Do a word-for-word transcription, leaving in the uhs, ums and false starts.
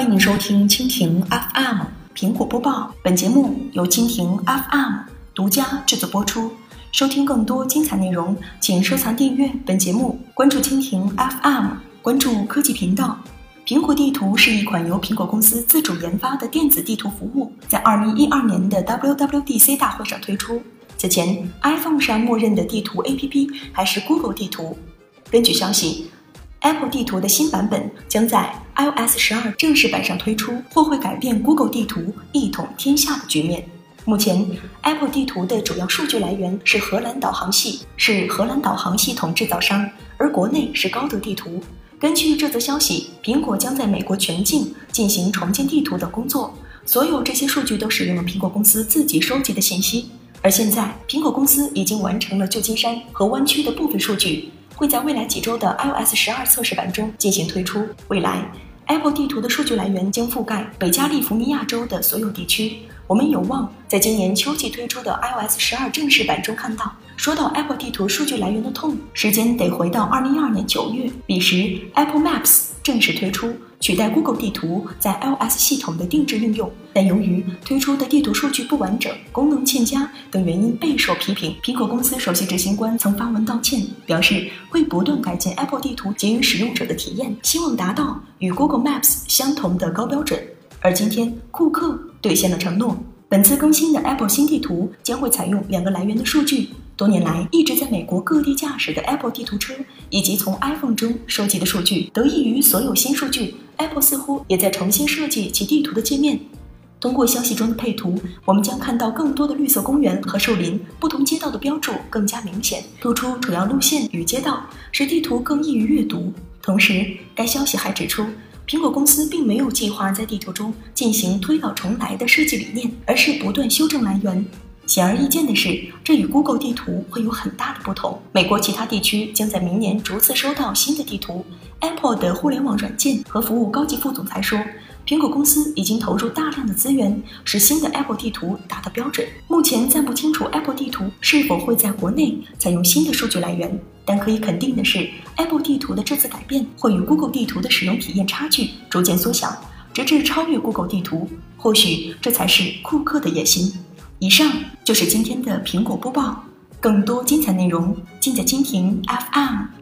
迎收听蜻蜓 F M 苹果播报，本节目由蜻蜓 F M 独家制作播出。收听更多精彩内容，请收藏订阅本节目，关注蜻蜓 F M， 关注科技频道。苹果地图是一款由苹果公司自主研发的电子地图服务，在二零一二年的 W W D C 大会上推出。此前 iPhone 上默认的地图 A P P 还是 Google 地图。根据消息， Apple 地图的新版本将在 i O S 十二 正式版上推出，或会改变 Google 地图一统天下的局面。目前 Apple 地图的主要数据来源是荷兰导航系，是荷兰导航系统制造商，而国内是高德地图。根据这则消息，苹果将在美国全境进行重建地图等工作，所有这些数据都使用了苹果公司自己收集的信息。而现在，苹果公司已经完成了旧金山和湾区的部分数据，会在未来几周的 i O S 十二 测试版中进行推出。未来 Apple 地图的数据来源将覆盖北加利福尼亚州的所有地区，我们有望在今年秋季推出的 i O S 十二 正式版中看到。说到 Apple 地图数据来源的痛，时间得回到二零一二年九月，彼时 Apple Maps 正式推出，取代 Google 地图在 iOS 系统的定制应用。但由于推出的地图数据不完整、功能欠佳等原因备受批评，苹果公司首席执行官曾发文道歉，表示会不断改进 Apple 地图给予使用者的体验，希望达到与 Google Maps 相同的高标准。而今天，库克兑现了承诺，本次更新的 Apple 新地图将会采用两个来源的数据。多年来一直在美国各地驾驶的 Apple 地图车，以及从 iPhone 中收集的数据，得益于所有新数据， Apple 似乎也在重新设计其地图的界面。通过消息中的配图，我们将看到更多的绿色公园和树林，不同街道的标注更加明显，突出主要路线与街道，使地图更易于阅读。同时，该消息还指出，苹果公司并没有计划在地图中进行推倒重来的设计理念，而是不断修正来源。显而易见的是，这与 Google 地图会有很大的不同。美国其他地区将在明年逐次收到新的地图。Apple 的互联网软件和服务高级副总裁说，苹果公司已经投入大量的资源，使新的 Apple 地图达到标准。目前暂不清楚 Apple 地图是否会在国内采用新的数据来源，但可以肯定的是， Apple 地图的这次改变会与 Google 地图的使用体验差距逐渐缩小，直至超越 Google 地图。或许这才是库克的野心。以上就是今天的苹果播报，更多精彩内容尽在蜻蜓 F M。